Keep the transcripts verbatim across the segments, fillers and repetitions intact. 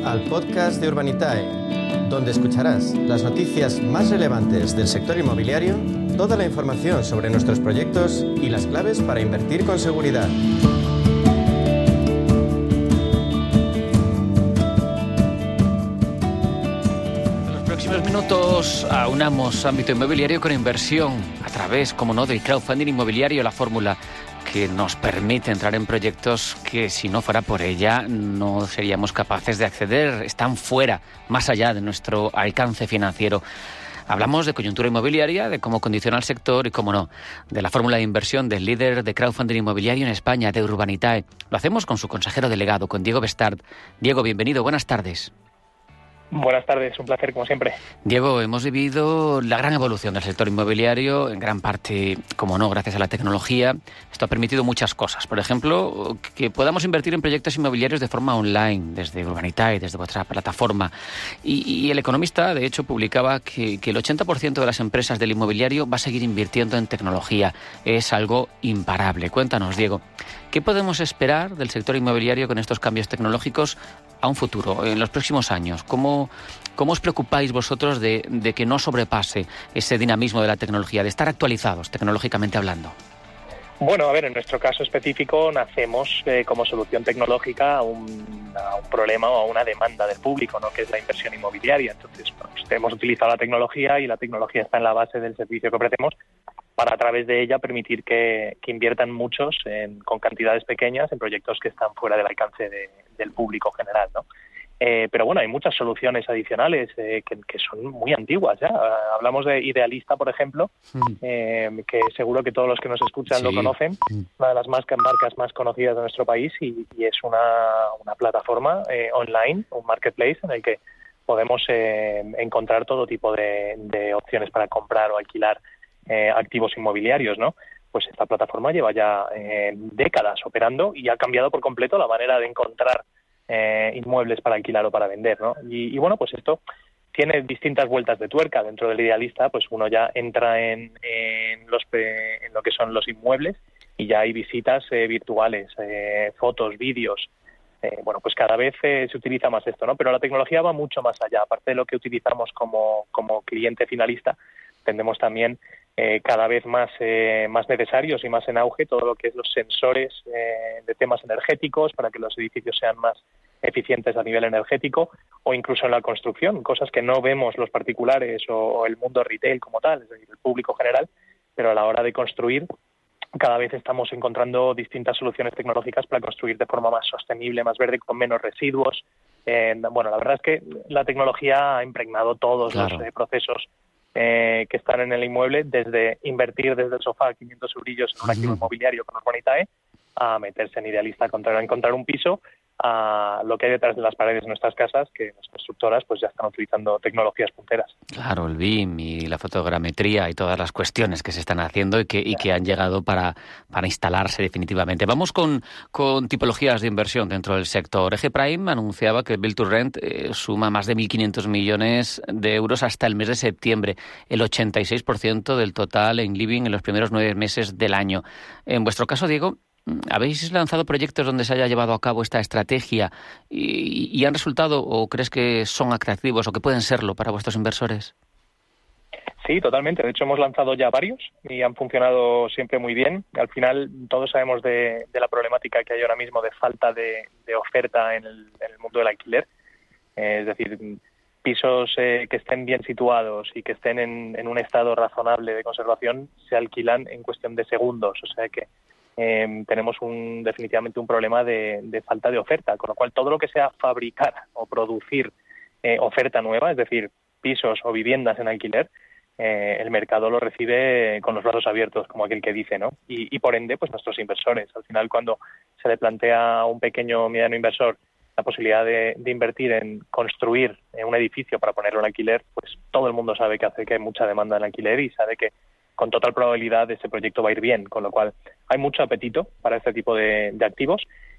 al podcast de Urbanitae, donde escucharás las noticias más relevantes del sector inmobiliario, toda la información sobre nuestros proyectos y las claves para invertir con seguridad. En los próximos minutos aunamos ámbito inmobiliario con inversión a través, como no, del crowdfunding inmobiliario, la fórmula que nos permite entrar en proyectos que, si no fuera por ella, no seríamos capaces de acceder. Están fuera, más allá de nuestro alcance financiero. Hablamos de coyuntura inmobiliaria, de cómo condiciona el sector y, cómo no, de la fórmula de inversión del líder de crowdfunding inmobiliario en España, de Urbanitae. Lo hacemos con su consejero delegado, con Diego Bestard. Diego, bienvenido, buenas tardes. Buenas tardes, un placer como siempre. Diego, hemos vivido la gran evolución del sector inmobiliario, en gran parte, como no, gracias a la tecnología. Esto ha permitido muchas cosas. Por ejemplo, que podamos invertir en proyectos inmobiliarios de forma online, desde Urbanitae, desde vuestra plataforma. Y, y el Economista, de hecho, publicaba que, que el ochenta por ciento de las empresas del inmobiliario va a seguir invirtiendo en tecnología. Es algo imparable. Cuéntanos, Diego, ¿qué podemos esperar del sector inmobiliario con estos cambios tecnológicos a un futuro, en los próximos años? ¿Cómo, cómo os preocupáis vosotros de, de que no sobrepase ese dinamismo de la tecnología, de estar actualizados tecnológicamente hablando? Bueno, a ver, en nuestro caso específico nacemos eh, como solución tecnológica a un, a un problema o a una demanda del público, ¿no?, que es la inversión inmobiliaria. Entonces, pues, hemos utilizado la tecnología y la tecnología está en la base del servicio que ofrecemos para, a través de ella, permitir que, que inviertan muchos en, con cantidades pequeñas en proyectos que están fuera del alcance de, del público general, ¿no? Eh, pero bueno, hay muchas soluciones adicionales eh, que, que son muy antiguas ya. Hablamos de Idealista, por ejemplo, eh, que seguro que todos los que nos escuchan sí. lo conocen, una de las marcas, marcas más conocidas de nuestro país, y, y es una, una plataforma eh, online, un marketplace en el que podemos eh, encontrar todo tipo de, de opciones para comprar o alquilar eh, activos inmobiliarios, ¿no? Pues esta plataforma lleva ya eh, décadas operando y ha cambiado por completo la manera de encontrar Eh, inmuebles para alquilar o para vender, ¿no? Y, y bueno, pues esto tiene distintas vueltas de tuerca. Dentro del Idealista, pues uno ya entra en, en, los, en lo que son los inmuebles y ya hay visitas eh, virtuales, eh, fotos, vídeos. Eh, bueno, pues cada vez eh, se utiliza más esto, ¿no? Pero la tecnología va mucho más allá. Aparte de lo que utilizamos como, como cliente finalista, tendemos también eh, cada vez más, eh, más necesarios y más en auge todo lo que es los sensores eh, de temas energéticos para que los edificios sean más eficientes a nivel energético, o incluso en la construcción, cosas que no vemos los particulares o, o el mundo retail como tal, es decir, el público general, pero a la hora de construir cada vez estamos encontrando distintas soluciones tecnológicas para construir de forma más sostenible, más verde, con menos residuos. Eh, bueno, la verdad es que la tecnología ha impregnado todos claro. los eh, procesos eh, que están en el inmueble, desde invertir desde el sofá quinientos eurillos en un activo uh-huh. inmobiliario con Urbanitae, a meterse en Idealista, a encontrar un piso, a lo que hay detrás de las paredes de nuestras casas, que las constructoras pues ya están utilizando tecnologías punteras. Claro, el B I M y la fotogrametría y todas las cuestiones que se están haciendo y que, y que han llegado para, para instalarse definitivamente. Vamos con, con tipologías de inversión dentro del sector. Eje Prime anunciaba que Build to Rent eh, suma más de mil quinientos millones de euros hasta el mes de septiembre, el ochenta y seis por ciento del total en living en los primeros nueve meses del año. En vuestro caso, Diego, ¿habéis lanzado proyectos donde se haya llevado a cabo esta estrategia y, y han resultado, o crees que son atractivos o que pueden serlo para vuestros inversores? Sí, totalmente. De hecho, hemos lanzado ya varios y han funcionado siempre muy bien. Al final, todos sabemos de, de la problemática que hay ahora mismo de falta de, de oferta en el, en el mundo del alquiler. Eh, es decir, pisos eh, que estén bien situados y que estén en, en un estado razonable de conservación se alquilan en cuestión de segundos. O sea que Eh, tenemos un, definitivamente un problema de, de falta de oferta, con lo cual todo lo que sea fabricar o producir eh, oferta nueva, es decir, pisos o viviendas en alquiler, eh, el mercado lo recibe con los brazos abiertos, como aquel que dice, ¿no? Y, y por ende, pues nuestros inversores. Al final, cuando se le plantea a un pequeño o mediano inversor la posibilidad de, de invertir en construir un edificio para ponerlo en alquiler, pues todo el mundo sabe que hace que hay mucha demanda en alquiler y sabe que con total probabilidad ese proyecto va a ir bien, con lo cual hay mucho apetito para este tipo de, de activos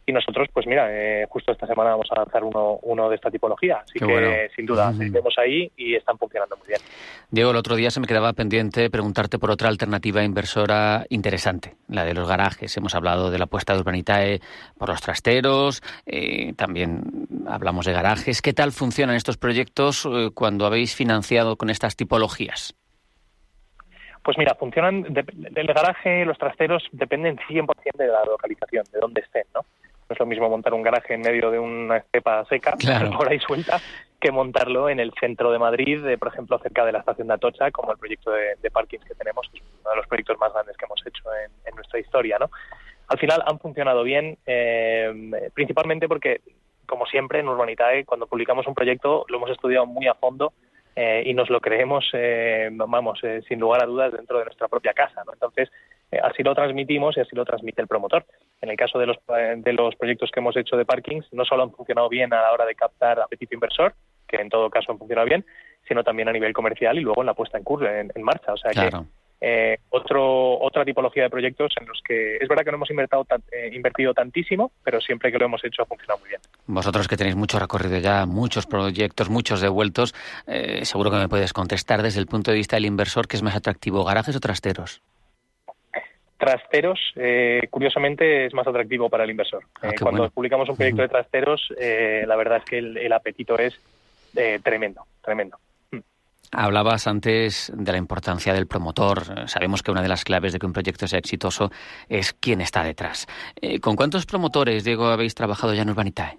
Y nosotros, pues mira, eh, justo esta semana vamos a lanzar uno, uno de esta tipología. Así Qué que, bueno. sin duda, Uh-huh. seguimos ahí y están funcionando muy bien. Diego, el otro día se me quedaba pendiente preguntarte por otra alternativa inversora interesante, la de los garajes. Hemos hablado de la apuesta de Urbanitae por los trasteros, eh, también hablamos de garajes. ¿Qué tal funcionan estos proyectos eh, cuando habéis financiado con estas tipologías? Pues mira, funcionan, de, del garaje, los trasteros dependen cien por ciento de la localización, de dónde estén, ¿no? No es lo mismo montar un garaje en medio de una estepa seca, claro, por ahí suelta, que montarlo en el centro de Madrid, de, por ejemplo, cerca de la estación de Atocha, como el proyecto de, de parkings que tenemos, que es uno de los proyectos más grandes que hemos hecho en, en nuestra historia, ¿no? Al final han funcionado bien, eh, principalmente porque, como siempre, en Urbanitae, cuando publicamos un proyecto, lo hemos estudiado muy a fondo eh, y nos lo creemos, eh, vamos, eh, sin lugar a dudas, dentro de nuestra propia casa, ¿no? Entonces, eh, así lo transmitimos y así lo transmite el promotor. En el caso de los, de los proyectos que hemos hecho de parkings, no solo han funcionado bien a la hora de captar apetito inversor, que en todo caso han funcionado bien, sino también a nivel comercial y luego en la puesta en curso, en, en marcha. O sea claro. que eh, otro, otra tipología de proyectos en los que es verdad que no hemos invertido, tan, eh, invertido tantísimo, pero siempre que lo hemos hecho ha funcionado muy bien. Vosotros que tenéis mucho recorrido ya, muchos proyectos, muchos devueltos, eh, seguro que me puedes contestar desde el punto de vista del inversor, ¿qué es más atractivo, garajes o trasteros? Trasteros, eh, curiosamente, es más atractivo para el inversor. Ah, eh, cuando bueno. publicamos un proyecto de trasteros, eh, la verdad es que el, el apetito es eh, tremendo, tremendo. Hablabas antes de la importancia del promotor. Sabemos que una de las claves de que un proyecto sea exitoso es quién está detrás. Eh, ¿Con cuántos promotores, Diego, habéis trabajado ya en Urbanitae?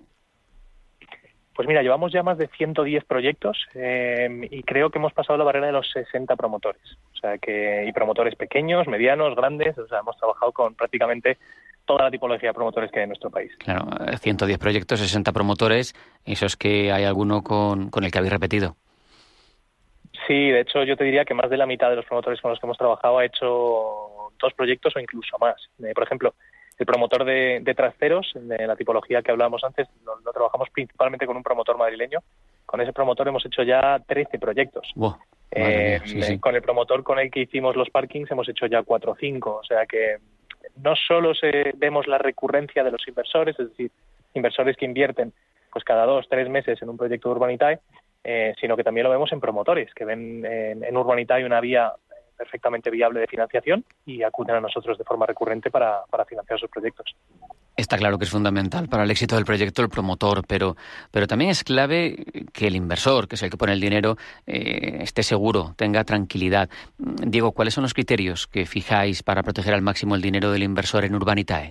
Pues mira, llevamos ya más de ciento diez proyectos eh, y creo que hemos pasado la barrera de los sesenta promotores. O sea que, y promotores pequeños, medianos, grandes. O sea, hemos trabajado con prácticamente toda la tipología de promotores que hay en nuestro país. Claro, ciento diez proyectos, sesenta promotores. ¿Eso es que hay alguno con, con el que habéis repetido? Sí, de hecho yo te diría que más de la mitad de los promotores con los que hemos trabajado ha hecho dos proyectos o incluso más. Eh, por ejemplo, el promotor de, de trasteros, de la tipología que hablábamos antes, lo, lo trabajamos principalmente con un promotor madrileño. Con ese promotor hemos hecho ya trece proyectos. Wow, eh, mía, sí, sí. Con el promotor con el que hicimos los parkings hemos hecho ya cuatro o cinco. O sea que no solo se, vemos la recurrencia de los inversores, es decir, inversores que invierten pues cada dos, tres meses en un proyecto de Urbanitae, eh, sino que también lo vemos en promotores, que ven en, en Urbanitae una vía perfectamente viable de financiación y acuden a nosotros de forma recurrente para, para financiar sus proyectos. Está claro que es fundamental para el éxito del proyecto el promotor, pero, pero también es clave que el inversor, que es el que pone el dinero, eh, esté seguro, tenga tranquilidad. Diego, ¿cuáles son los criterios que fijáis para proteger al máximo el dinero del inversor en Urbanitae?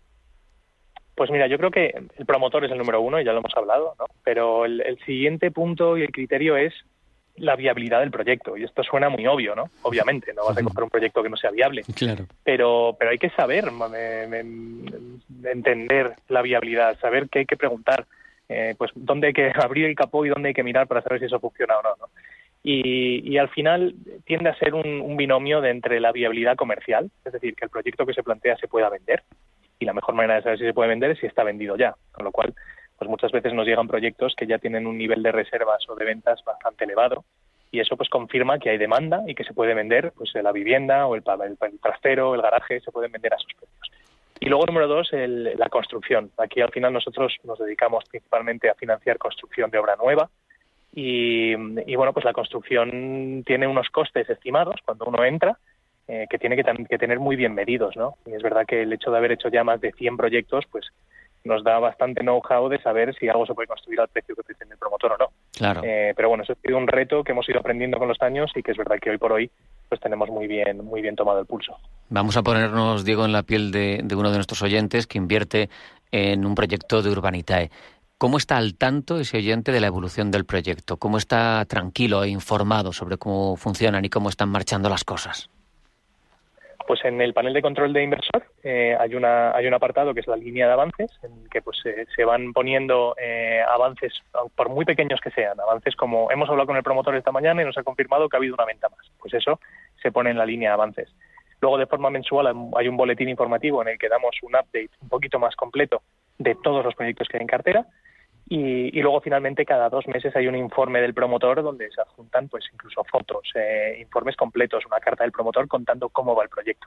Pues mira, yo creo que el promotor es el número uno, y ya lo hemos hablado, ¿no? Pero el, el siguiente punto y el criterio es la viabilidad del proyecto. Y esto suena muy obvio, ¿no? Obviamente, no vas a comprar un proyecto que no sea viable. Claro. Pero, pero hay que saber me, me, me, entender la viabilidad, saber qué hay que preguntar, eh, pues dónde hay que abrir el capó y dónde hay que mirar para saber si eso funciona o no, ¿no? Y, y al final tiende a ser un, un binomio de entre la viabilidad comercial, es decir, que el proyecto que se plantea se pueda vender, y la mejor manera de saber si se puede vender es si está vendido ya, con lo cual pues muchas veces nos llegan proyectos que ya tienen un nivel de reservas o de ventas bastante elevado, y eso pues confirma que hay demanda y que se puede vender pues la vivienda o el, el, el trastero, el garaje, se pueden vender a esos precios. Y luego, número dos, el, la construcción. Aquí al final nosotros nos dedicamos principalmente a financiar construcción de obra nueva y, y bueno, pues la construcción tiene unos costes estimados cuando uno entra, eh, que tiene que, ten, que tener muy bien medidos, ¿no? Y es verdad que el hecho de haber hecho ya más de cien proyectos, pues nos da bastante know-how de saber si algo se puede construir al precio que pretende el promotor o no. Claro. Eh, pero bueno, eso ha sido un reto que hemos ido aprendiendo con los años y que es verdad que hoy por hoy pues tenemos muy bien muy bien tomado el pulso. Vamos a ponernos, Diego, en la piel de, de uno de nuestros oyentes que invierte en un proyecto de Urbanitae. ¿Cómo está al tanto ese oyente de la evolución del proyecto? ¿Cómo está tranquilo e informado sobre cómo funcionan y cómo están marchando las cosas? Pues en el panel de control de inversor eh, hay una hay un apartado que es la línea de avances, en que pues eh, se van poniendo eh, avances, por muy pequeños que sean, avances como hemos hablado con el promotor esta mañana y nos ha confirmado que ha habido una venta más. Pues eso se pone en la línea de avances. Luego, de forma mensual, hay un boletín informativo en el que damos un update un poquito más completo de todos los proyectos que hay en cartera. Y, y luego, finalmente, cada dos meses hay un informe del promotor donde se adjuntan pues incluso fotos, eh, informes completos, una carta del promotor contando cómo va el proyecto.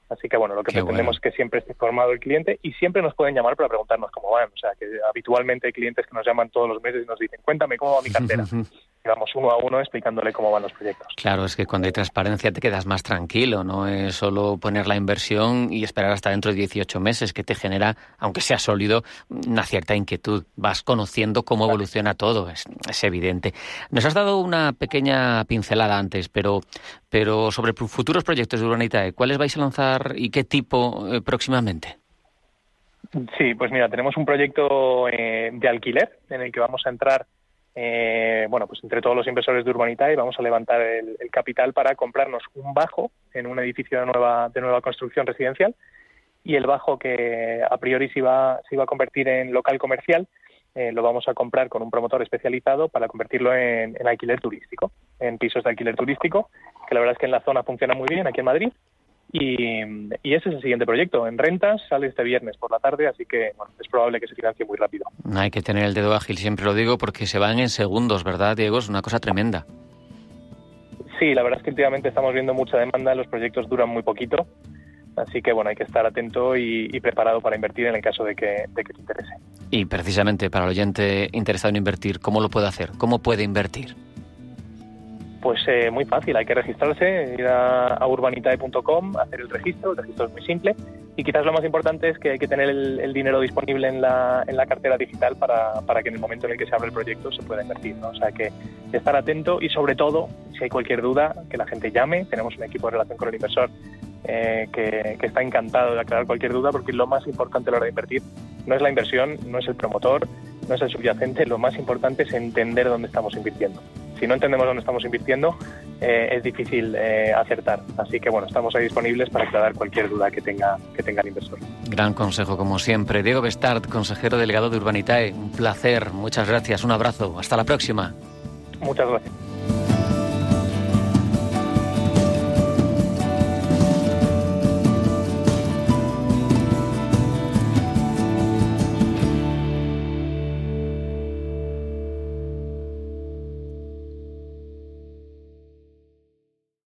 Así que bueno, lo que Qué pretendemos bueno. es que siempre esté informado el cliente y siempre nos pueden llamar para preguntarnos cómo van. O sea, que habitualmente hay clientes que nos llaman todos los meses y nos dicen, cuéntame cómo va mi cartera. Y vamos uno a uno explicándole cómo van los proyectos. Claro, es que cuando hay transparencia te quedas más tranquilo, no es solo poner la inversión y esperar hasta dentro de dieciocho meses, que te genera, aunque sea sólido, una cierta inquietud. Vas conociendo cómo evoluciona todo, es, es evidente. Nos has dado una pequeña pincelada antes, pero, pero sobre futuros proyectos de Urbanitae, ¿cuáles vais a lanzar y qué tipo eh, próximamente? Sí, pues mira, tenemos un proyecto eh, de alquiler en el que vamos a entrar Eh, bueno, pues entre todos los inversores de Urbanitae vamos a levantar el, el capital para comprarnos un bajo en un edificio de nueva, de nueva construcción residencial, y el bajo, que a priori se iba, se iba a convertir en local comercial, eh, lo vamos a comprar con un promotor especializado para convertirlo en, en alquiler turístico, en pisos de alquiler turístico, que la verdad es que en la zona funciona muy bien aquí en Madrid. Y, y ese es el siguiente proyecto. En rentas sale este viernes por la tarde, así que bueno, es probable que se financie muy rápido. Hay que tener el dedo ágil, siempre lo digo, porque se van en segundos, ¿verdad, Diego? Es una cosa tremenda. Sí, la verdad es que últimamente estamos viendo mucha demanda, los proyectos duran muy poquito, así que bueno, hay que estar atento y, y preparado para invertir en el caso de que, de que te interese. Y precisamente para el oyente interesado en invertir, ¿cómo lo puede hacer? ¿Cómo puede invertir? Pues eh, muy fácil, hay que registrarse, ir a, a urbanitae punto com, hacer el registro, el registro es muy simple, y quizás lo más importante es que hay que tener el, el dinero disponible en la, en la cartera digital para, para que en el momento en el que se abre el proyecto se pueda invertir, ¿no? O sea que estar atento y sobre todo, si hay cualquier duda, que la gente llame. Tenemos un equipo de relación con el inversor eh, que, que está encantado de aclarar cualquier duda, porque lo más importante a la hora de invertir no es la inversión, no es el promotor, no es el subyacente, lo más importante es entender dónde estamos invirtiendo. Si no entendemos dónde estamos invirtiendo, eh, es difícil eh, acertar. Así que bueno, estamos ahí disponibles para aclarar cualquier duda que tenga que tenga el inversor. Gran consejo, como siempre. Diego Bestart, consejero delegado de Urbanitae. Un placer, muchas gracias, un abrazo. Hasta la próxima. Muchas gracias.